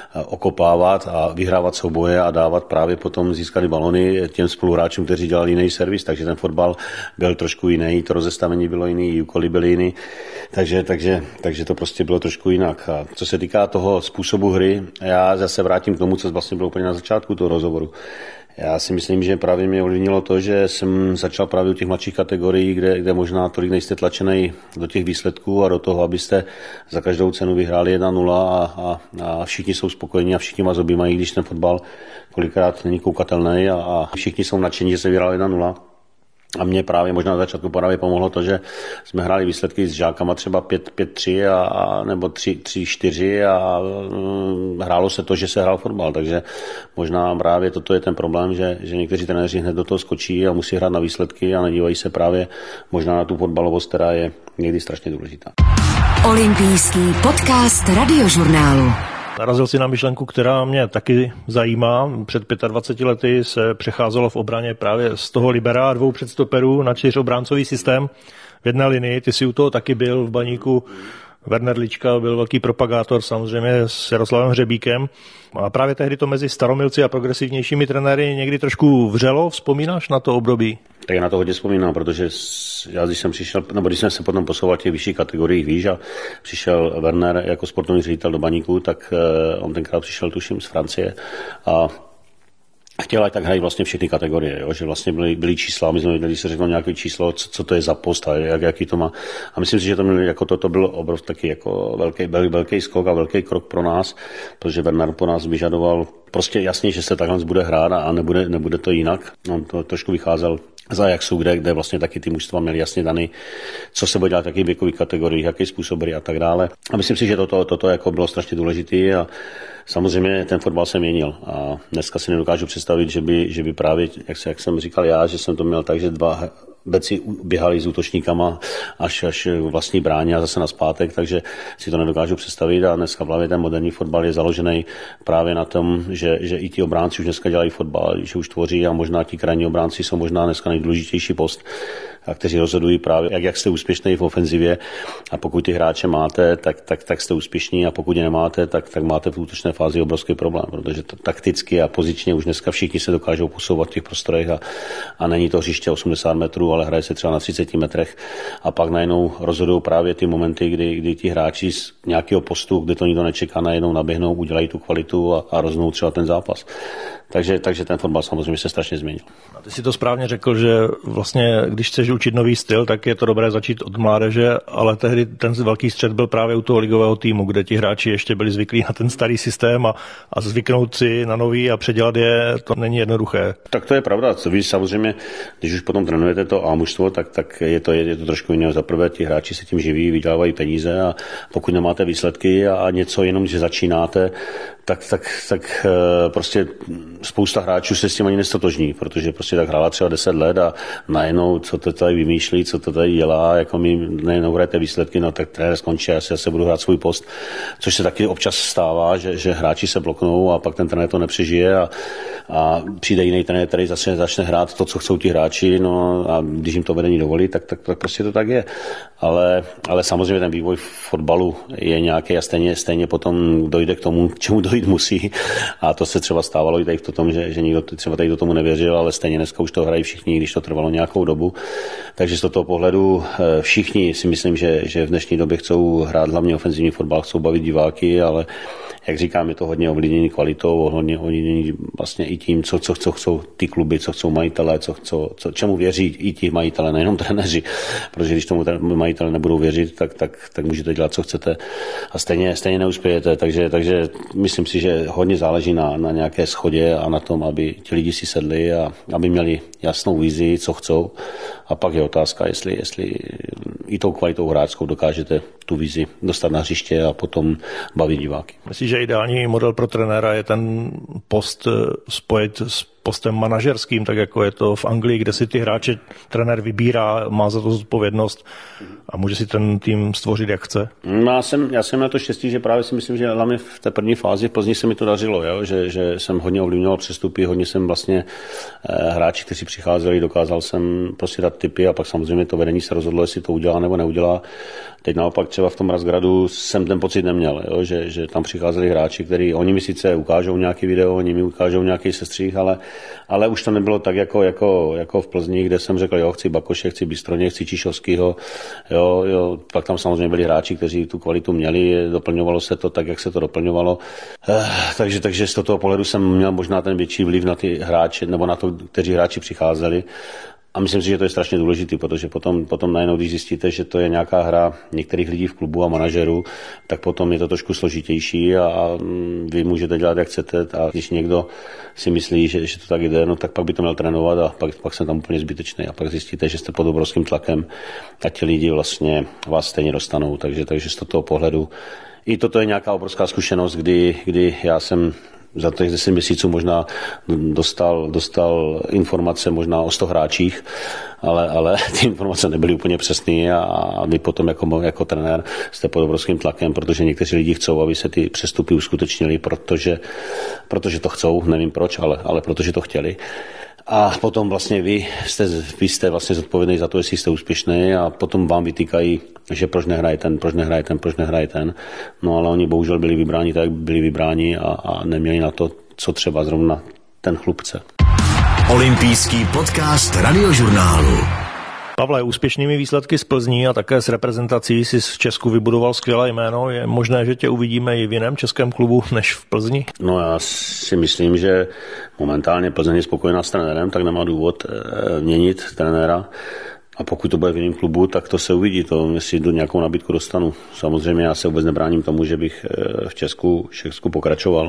okopávat a vyhrávat souboje a dávat právě potom získané balony těm spoluhráčům, kteří dělali jiný servis, takže ten fotbal byl trošku jiný, to rozestavení bylo jiný, úkoly byly jiný, takže, takže, takže to prostě bylo trošku jinak. A co se týká toho způsobu hry, já zase vrátím k tomu, co vlastně bylo úplně na začátku toho rozhovoru. Já si myslím, že právě mě ovlivnilo to, že jsem začal právě u těch mladších kategorií, kde, kde možná tolik nejste tlačený do těch výsledků a do toho, abyste za každou cenu vyhráli jedna nula a, a, a všichni jsou spokojení a všichni vás objímají, když ten fotbal kolikrát není koukatelný a, a všichni jsou nadšení, že se vyhrál jedna nula. A mě právě možná na začátku právě pomohlo to, že jsme hráli výsledky s žákama třeba pět tři a, a, nebo tři čtyři a mm, hrálo se to, že se hrál fotbal. Takže možná právě toto je ten problém, že, že někteří trenéři hned do toho skočí a musí hrát na výsledky a nedívají se právě možná na tu fotbalovost, která je někdy strašně důležitá. Olympijský podcast Radiožurnálu. Narazil si na myšlenku, která mě taky zajímá. Před dvaceti pěti lety se přecházelo v obraně právě z toho libera a dvou předstoperů na čtyřobráncový systém v jedné linii. Ty si u toho taky byl v Baníku. Werner Lička byl velký propagátor samozřejmě s Jaroslavem Hřebíkem. A právě tehdy to mezi staromilci a progresivnějšími trenéry někdy trošku vřelo. Vzpomínáš na to období? Tak já na to hodně vzpomínám, protože já když jsem přišel, nebo když jsem se potom posouval těch vyšších kategoriích výš a přišel Werner jako sportovní ředitel do Baníku, tak on tenkrát přišel tuším z Francie a chtěl, ať tak hrají vlastně všechny kategorie, jo? Že vlastně byly, byly čísla, my jsme věděli, když se řeklo nějaké číslo, co, co to je za post a jak, jaký to má. A myslím si, že to, měli, jako to, to byl obrovský taky jako velký, velký skok a velký krok pro nás, protože Werner po nás vyžadoval prostě jasně, že se takhle bude hrát a nebude, nebude to jinak. On to trošku vycházel z Ajaxu, kde, kde vlastně taky ty mužstva měly jasně daný, co se bude dělat, jaký věkový kategorií, jaký způsob hry a tak dále. A myslím si, že toto, toto jako bylo strašně důležité a samozřejmě ten fotbal se měnil a dneska si nedokážu představit, že by, že by právě, jak, se, jak jsem říkal já, že jsem to měl tak, že dva beci běhali s útočníkama až, až vlastní bráně a zase nazpátek, takže si to nedokážu představit a dneska právě ten moderní fotbal je založený právě na tom, že, že i ti obránci už dneska dělají fotbal, že už tvoří a možná ti krajní obránci jsou možná dneska nejdůležitější post a kteří rozhodují právě, jak, jak jste úspěšný v ofenzivě a pokud ty hráče máte, tak, tak, tak jste úspěšní a pokud je nemáte, tak, tak máte v útočné fázi obrovský problém, protože to takticky a pozičně už dneska všichni se dokážou posouvat v těch prostorech a, a není to hřiště osmdesát metrů, ale hraje se třeba na třiceti metrech a pak najednou rozhodují právě ty momenty, kdy, kdy ti hráči z nějakého postu, kde to nikdo nečeká, najednou naběhnou, udělají tu kvalitu a, a rozhodnou třeba ten zápas. Takže, takže ten fotbal samozřejmě se strašně změnil. A ty si to správně řekl, že vlastně, když chceš učit nový styl, tak je to dobré začít od mládeže, ale tehdy ten velký střed byl právě u toho ligového týmu, kde ti hráči ještě byli zvyklí na ten starý systém a, a zvyknout si na nový a předělat je, to není jednoduché. Tak to je pravda. Co víš, samozřejmě, když už potom trénujete to A mužstvo, tak, tak je, to, je to trošku jiného. Za prvé, ti hráči se tím živí, vydělávají peníze a pokud nemáte výsledky a, a něco jenom, že začínáte, tak, tak, tak prostě spousta hráčů se s tím ani nestotožní, protože prostě tak hrála třeba deset let a najednou, co to tady vymýšlí, co to tady dělá, jako mi nehrajete výsledky, no tak trenér skončí, já si zase budu hrát svůj post, což se taky občas stává, že, že hráči se bloknou a pak ten trenér to nepřežije a, a přijde jiný trenér, který zase začne hrát to, co chcou ti hráči, no a když jim to vedení dovolí, tak, tak, tak prostě to tak je. Ale, ale samozřejmě ten vývoj v fotbalu je nějaký a stejně, stejně potom dojde k tomu, k čemu dojít musí a to se třeba stávalo i tady v tom, že, že nikdo třeba tady do tomu nevěřil, ale stejně dneska už to hrají všichni, když to trvalo nějakou dobu. Takže z toho pohledu všichni si myslím, že, že v dnešní době chcou hrát hlavně ofenzivní fotbal, chcou bavit diváky, ale jak říkám, je to hodně ovlivněný kvalitou, hodně ovlivněný vlastně i tím, co, co, co chcou ty kluby, co chcou majitelé, co, co, co, čemu věří i ti majitelé, nejenom trenéři, protože když tomu majitelé nebudou věřit, tak, tak, tak můžete dělat, co chcete a stejně, stejně neuspějete, takže, takže myslím si, že hodně záleží na, na nějaké shodě a na tom, aby ti lidi si sedli a aby měli jasnou vizi, co chcou a pak je otázka, jestli, jestli i tou kvalitou hráčskou dokážete tu vizi dostat na hřiště a potom bavit diváky. Myslím, že ideální model pro trenéra je ten post spojit s postem manažerským, tak jako je to v Anglii, kde si ty hráče trenér vybírá, má za to zodpovědnost a může si ten tým stvořit, jak chce. No, já, jsem, já jsem na to štěstí, že právě si myslím, že hlavně v té první fázi v Plzni se mi to dařilo, jo? Že, že jsem hodně ovlivňoval přestupy, hodně jsem vlastně eh, hráči, kteří přicházeli, dokázal jsem prostě dát tipy a pak samozřejmě to vedení se rozhodlo, jestli to udělá nebo neudělá. Teď naopak třeba v tom Razgradu jsem ten pocit neměl, jo? Že, že tam přicházeli hráči, kteří oni mi sice ukážou nějaký video, oni mi ukážou nějaký sestřih, ale ale už to nebylo tak jako, jako, jako v Plzni, kde jsem řekl, jo, chci Bakoše, chci Bystroně, chci Čišovskýho, jo, jo, pak tam samozřejmě byli hráči, kteří tu kvalitu měli, doplňovalo se to tak, jak se to doplňovalo, eh, takže, takže z toho pohledu jsem měl možná ten větší vliv na ty hráče, nebo na to, kteří hráči přicházeli. A myslím si, že to je strašně důležité, protože potom, potom najednou, když zjistíte, že to je nějaká hra některých lidí v klubu a manažerů, tak potom je to trošku složitější a, a vy můžete dělat, jak chcete. A když někdo si myslí, že, že to tak jde, no tak pak by to měl trénovat a pak, pak jsem tam úplně zbytečný. A pak zjistíte, že jste pod obrovským tlakem a ti lidi vlastně vás stejně dostanou. Takže, takže z toho pohledu i toto je nějaká obrovská zkušenost, kdy, kdy já jsem za těch deset měsíců možná dostal, dostal informace možná o sto hráčích, ale, ale ty informace nebyly úplně přesné a, a vy potom jako, jako trenér jste pod obrovským tlakem, protože někteří lidi chcou, aby se ty přestupy uskutečnily, protože, protože to chcou, nevím proč, ale, ale protože to chtěli. A potom vlastně vy jste, vy jste vlastně zodpovědný za to, jestli jste úspěšný a potom vám vytýkají, že proč nehraje ten, proč nehraje ten, proč nehraje ten. No ale oni bohužel byli vybráni tak, jak byli vybráni a, a neměli na to, co třeba zrovna ten chlupce. Olympijský podcast Radiožurnálu. Pavle, úspěšnými výsledky z Plzní a také s reprezentací si v Česku vybudoval skvělé jméno. Je možné, že tě uvidíme i v jiném českém klubu než v Plzni? No já si myslím, že momentálně Plzeň je spokojená s trenérem, tak nemá důvod měnit trenéra. A pokud to bude v jiném klubu, tak to se uvidí, to jestli do nějakou nabídku dostanu. Samozřejmě já se vůbec nebráním tomu, že bych v Česku, v Česku pokračoval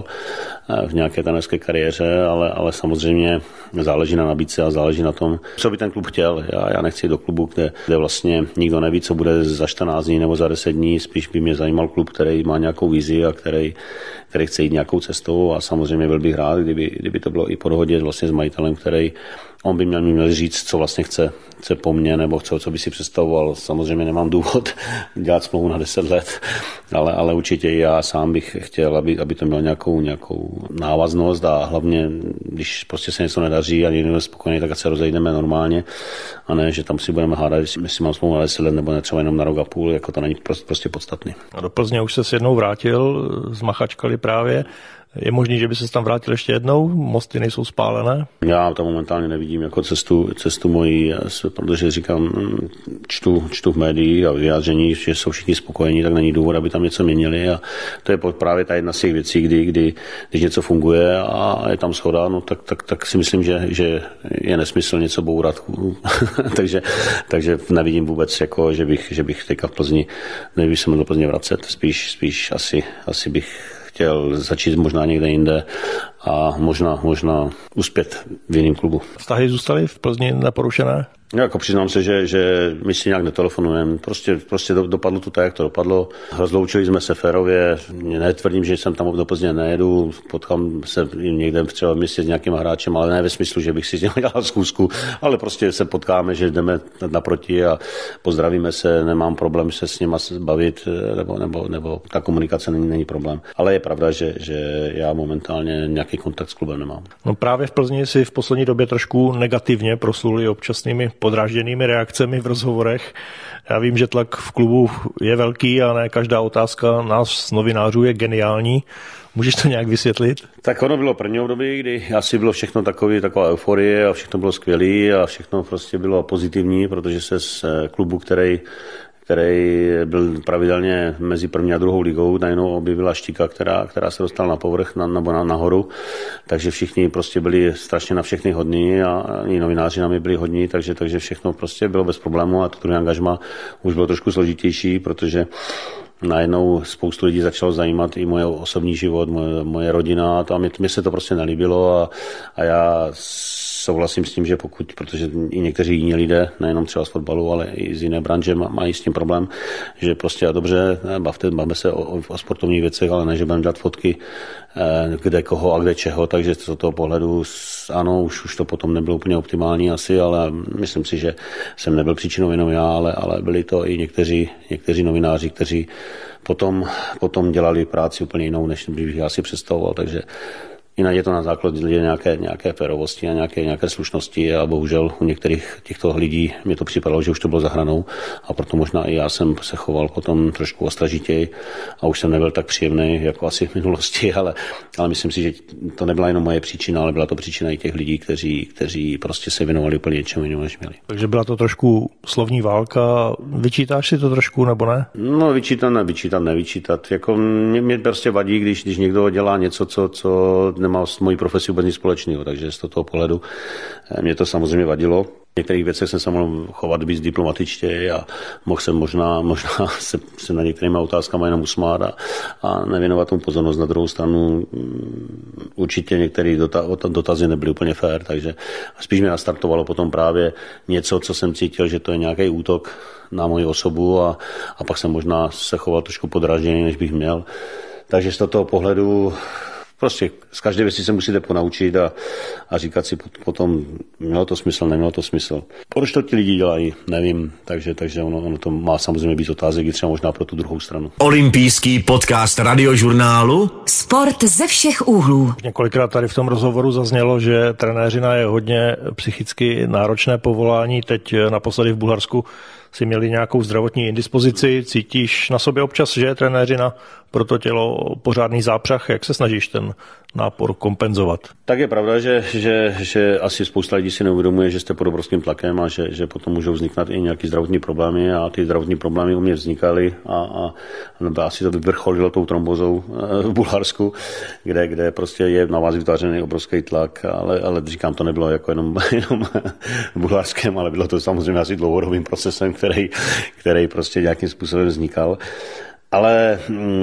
v nějaké trenérské kariéře, ale, ale samozřejmě záleží na nabídce a záleží na tom, co by ten klub chtěl. Já, já nechci do klubu, kde, kde vlastně nikdo neví, co bude za čtrnáct dní nebo za deset dní, spíš by mě zajímal klub, který má nějakou vizi a který, který chce jít nějakou cestou a samozřejmě byl bych rád, kdyby, kdyby to bylo i po dohodě vlastně s majitelem, který on by měl, měl říct, co vlastně chce, chce po mně, nebo chce, co by si představoval. Samozřejmě nemám důvod dělat smlouvu na deset let, ale, ale určitě já sám bych chtěl, aby, aby to mělo nějakou, nějakou návaznost a hlavně, když prostě se něco nedaří a někdo je spokojený, tak se rozejdeme normálně a ne, že tam si budeme hádat, jestli mám smlouvu na deset let nebo ne, třeba jenom na rok a půl, jako to není prostě, prostě podstatný. A do Plzně už se s jednou vrátil, z Machačkaly právě. Je možný, že by se tam vrátil ještě jednou? Mosty nejsou spálené? Já to momentálně nevidím jako cestu, cestu mojí, protože říkám, čtu, čtu v médiích a v vyjádření, že jsou všichni spokojení, tak není důvod, aby tam něco měnili a to je právě ta jedna z těch věcí, kdy, kdy když něco funguje a je tam shoda, no tak, tak, tak si myslím, že, že je nesmysl něco bourat. takže, takže nevidím vůbec, jako, že bych, že bych teďka v Plzni, nevím, se do Plzně vracet, spíš, spíš asi, asi bych chtěl začít možná někde jinde a možná, možná uspět v jiném klubu. Vztahy zůstaly v Plzni neporušené? Jako přiznám se, že, že my si nějak netelefonujeme. Prostě, prostě dopadlo to tak, jak to dopadlo. Rozloučili jsme se férově. Netvrdím, že jsem tam do Plzně nejedu. Potkám se někde třeba v městě s nějakým hráčem, ale ne ve smyslu, že bych si dělal zkusku, ale prostě se potkáme, že jdeme naproti a pozdravíme se. Nemám problém se s nima bavit, nebo, nebo, nebo ta komunikace není, není problém. Ale je pravda, že, že já momentálně nějaký kontakt s klubem nemám. No právě v Plzni si v poslední době trošku negativně prosluli občasnými podrážděnými reakcemi v rozhovorech. Já vím, že tlak v klubu je velký a ne každá otázka nás novinářů je geniální. Můžeš to nějak vysvětlit? Tak ono bylo první období, kdy asi bylo všechno takový, taková euforie a všechno bylo skvělé a všechno prostě bylo pozitivní, protože se z klubu, který který byl pravidelně mezi první a druhou ligou, najednou objevila Štika, která, která se dostala na povrch na, nebo na, nahoru, takže všichni prostě byli strašně na všechny hodní a i novináři na mě byli hodní, takže, takže všechno prostě bylo bez problému a to druhé angažma už bylo trošku složitější, protože najednou spoustu lidí začalo zajímat i moje osobní život, moje, moje rodina a mě, mě se to prostě nelíbilo a, a já souhlasím s tím, že pokud, protože i někteří jiní lidé, nejenom třeba z fotbalu, ale i z jiné branže mají s tím problém, že prostě a dobře, bavte, bavme se o, o sportovních věcech, ale ne, že budeme dělat fotky kde koho a kde čeho, takže z toho pohledu ano, už, už to potom nebylo úplně optimální asi, ale myslím si, že jsem nebyl příčinou jenom já, ale, ale byli to i někteří, někteří novináři, kteří potom, potom dělali práci úplně jinou, než bych já si představoval, takže jinak je to na základě nějaké, nějaké férovosti a nějaké, nějaké slušnosti a bohužel u některých těchto lidí mě to připadalo, že už to bylo za hranou a proto možná i já jsem se choval potom trošku ostražitěji a už jsem nebyl tak příjemný jako asi v minulosti, ale, ale myslím si, že to nebyla jenom moje příčina, ale byla to příčina i těch lidí, kteří, kteří prostě se věnovali úplně něčemu jinému, než měli. Takže byla to trošku slovní válka. Vyčítáš si to trošku nebo ne? No vyčítat, ne, vyčítat, nevyčítat. Jako mě, mě prostě vadí, když, když někdo dělá něco, co, co nemá s mojí profesí vůbec nic společného, takže z toho pohledu mě to samozřejmě vadilo. V některých věcech jsem se mohl chovat víc diplomatičtěji a mohl jsem možná, možná se, se na některými otázkami jenom usmát a, a nevěnovat tomu pozornost. Na druhou stranu určitě některé dotazy nebyly úplně fér, takže spíš mě nastartovalo potom právě něco, co jsem cítil, že to je nějaký útok na moji osobu a, a pak jsem možná se choval trošku podrážděný, než bych měl. Takže z toho pohledu prostě z každé věci se musíte ponaučit a, a říkat si potom, mělo to smysl, nemělo to smysl. Proč to ti lidi dělají, nevím, takže, takže ono, ono to má samozřejmě být otázek i třeba možná pro tu druhou stranu. Olympijský podcast Radiožurnálu. Sport ze všech úhlů. Několikrát tady v tom rozhovoru zaznělo, že trenéřina je hodně psychicky náročné povolání. Teď naposledy v Bulharsku si měli nějakou zdravotní indispozici. Cítíš na sobě občas, že je trenéřina pro to tělo pořádný zápřah? Jak se snažíš ten nápor kompenzovat? Tak je pravda, že, že, že asi spousta lidí si neuvědomuje, že jste pod obrovským tlakem a že, že potom můžou vzniknout i nějaké zdravotní problémy a ty zdravotní problémy u mě vznikaly a, a asi to vyvrcholilo tou trombozou v Bulharsku, kde, kde prostě je na vás vytvářený obrovský tlak, ale, ale říkám, to nebylo jako jenom, jenom bulharském, ale bylo to samozřejmě asi dlouhodobým procesem, který, který prostě nějakým způsobem vznikal. Ale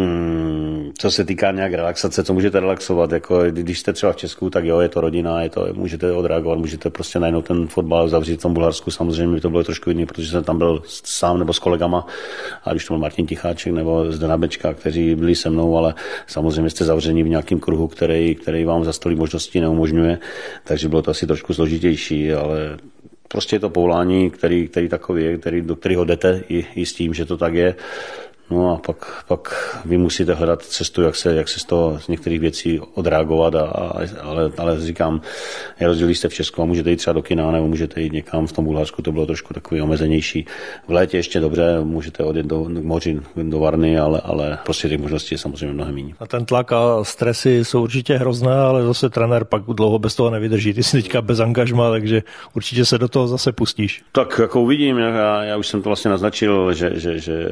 mm, co se týká nějak relaxace, co můžete relaxovat, jako když jste třeba v Česku, tak jo, je to rodina, je to, můžete odreagovat, můžete prostě najednou ten fotbal zavřít v tom Bulharsku, samozřejmě by to bylo trošku jiný, protože jsem tam byl sám nebo s kolegama, a když to byl Martin Ticháček nebo Zdena Bečka, kteří byli se mnou, ale samozřejmě jste zavření v nějakém kruhu, který, který vám za stolik možností neumožňuje, takže bylo to asi trošku složitější, ale prostě je to povolání, který, který takový je, který, do kterého jdete i, i s tím, že to tak je. No a pak, pak vy musíte hledat cestu, jak se, jak se z toho z některých věcí odreagovat, a, a, ale, ale říkám, je rozdíl, jste v Česku a můžete jít třeba do kina, nebo můžete jít někam, v tom Bulharsku to bylo trošku takový omezenější. V létě ještě dobře, můžete odjet do, do moři, do Varny, ale, ale prostě těch možností je samozřejmě mnohem méně. A ten tlak a stresy jsou určitě hrozné, ale zase trenér pak dlouho bez toho nevydrží. Ty jsi teďka bez angažma, takže určitě se do toho zase pustíš. Tak jako uvidím, já, já už jsem to vlastně naznačil, že, že, že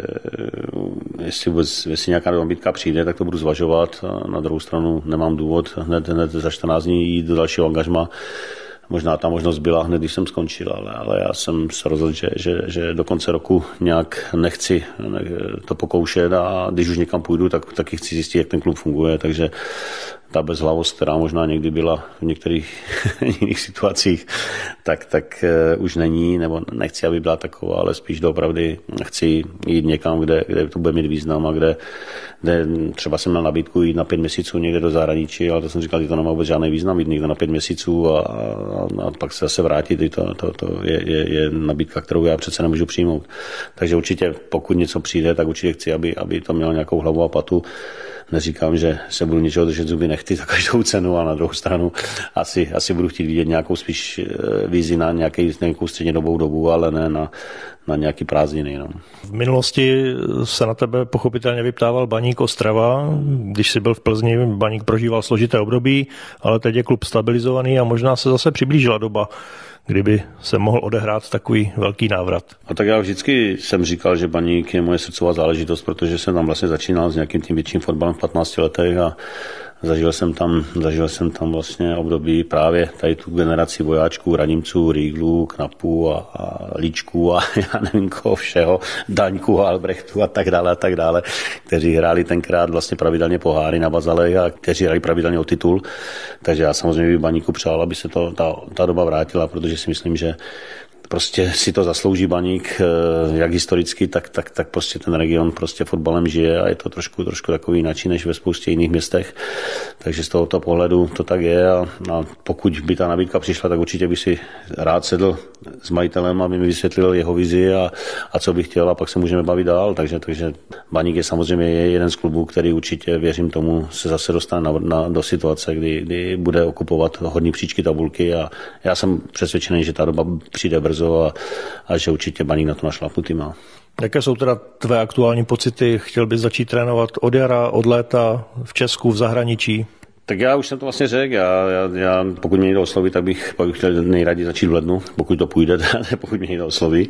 Jestli, vůbec, jestli nějaká nabídka přijde, tak to budu zvažovat. Na druhou stranu nemám důvod hned, hned za čtrnáct dní jít do dalšího angažma. Možná ta možnost byla hned, když jsem skončil, ale, ale já jsem se rozhodl, že, že, že do konce roku nějak nechci to pokoušet, a když už někam půjdu, tak taky chci zjistit, jak ten klub funguje, takže ta bezhlavost, která možná někdy byla v některých jiných situacích, tak, tak uh, už není, nebo nechci, aby byla taková, ale spíš doopravdy chci jít někam, kde, kde to bude mít význam a kde, kde třeba jsem měl nabídku jít na pět měsíců někde do zahraničí, ale to jsem říkal, že to nemá vůbec žádný význam jít někde na pět měsíců a, a, a pak se zase vrátit. To, to, to je, je, je nabídka, kterou já přece nemůžu přijmout. Takže určitě, pokud něco přijde, tak určitě chci, aby, aby to mělo nějakou hlavu a patu. Neříkám, že se budu něčeho držet zuby nechty za každou cenu, a na druhou stranu asi, asi budu chtít vidět nějakou spíš vizi na nějaký, nějakou střednědobou dobu, ale ne na, na nějaký prázdniny. No. V minulosti se na tebe pochopitelně vyptával Baník Ostrava. Když jsi byl v Plzni, Baník prožíval složité období, ale teď je klub stabilizovaný a možná se zase přiblížila doba, kdyby se mohl odehrát takový velký návrat. A tak já vždycky jsem říkal, že Baník je moje srdcová záležitost, protože jsem tam vlastně začínal s nějakým tím větším fotbalem v patnácti letech a zažil jsem tam, zažil jsem tam vlastně období právě tady tu generaci vojáčků, Ranimců, Rýglů, Knapů a, a Líčků a já nevím koho všeho, Daňků, Albrechtů a tak dále a tak dále, kteří hráli tenkrát vlastně pravidelně poháry na bazalech a kteří hráli pravidelně o titul. Takže já samozřejmě bych Baníku přál, aby se to, ta, ta doba vrátila, protože si myslím, že prostě si to zaslouží Baník, jak historicky, tak, tak, tak prostě ten region prostě fotbalem žije a je to trošku, trošku takový jináčí než ve spoustě jiných městech. Takže z tohoto pohledu to tak je a, a pokud by ta nabídka přišla, tak určitě by si rád sedl s majitelem, aby mi vysvětlil jeho vizi a, a co bych chtěl, a pak se můžeme bavit dál. Takže, takže Baník je samozřejmě je jeden z klubů, který určitě, věřím tomu, se zase dostane na, na, do situace, kdy, kdy bude okupovat hodný příčky tabulky, a já jsem přesvědčený, že ta doba přijde brzo a, a že určitě Baník na to našlapnutý má. Jaké jsou teda tvé aktuální pocity? Chtěl bys začít trénovat od jara, od léta, v Česku, v zahraničí? Tak já už jsem to vlastně řekl, já, já, já pokud mě někdo osloví, tak bych pak chtěl nejraději začít v lednu, pokud to půjde, pokud mě někdo osloví.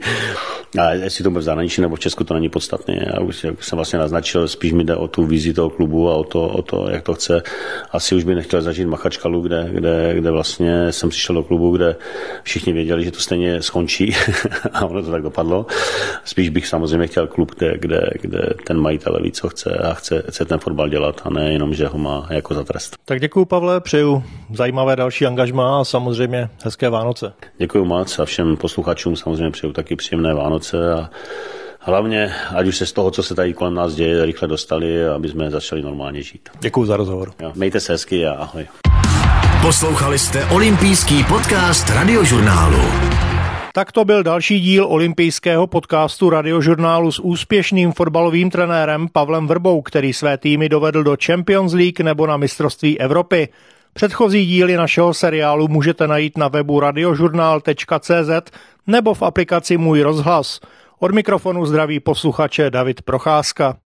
A jestli to bude v zahraničí nebo v Česku, to není podstatné. Já už jak jsem vlastně naznačil, spíš mi jde o tu vizi toho klubu a o to, o to, jak to chce. Asi už bych nechtěl začít v Machačkalu, kde, kde, kde vlastně jsem přišel do klubu, kde všichni věděli, že to stejně skončí a ono to tak dopadlo. Spíš bych samozřejmě chtěl klub, kde, kde, kde ten majitel ví, co chce a chce, chce ten fotbal dělat, a ne jenom, že ho má jako za trest. Tak děkuju, Pavle, přeju zajímavé další angažmá a samozřejmě hezké Vánoce. Děkuju moc a všem posluchačům samozřejmě přeju taky příjemné Vánoce a hlavně, ať už se z toho, co se tady kolem nás děje, rychle dostali, aby jsme začali normálně žít. Děkuju za rozhovor. Jo, mějte se hezky a ahoj. Poslouchali jste olympijský podcast Radiožurnálu. Tak to byl další díl olympijského podcastu Radiožurnálu s úspěšným fotbalovým trenérem Pavlem Vrbou, který své týmy dovedl do Champions League nebo na mistrovství Evropy. Předchozí díly našeho seriálu můžete najít na webu radiožurnál tečka cé zet nebo v aplikaci Můj rozhlas. Od mikrofonu zdraví posluchače David Procházka.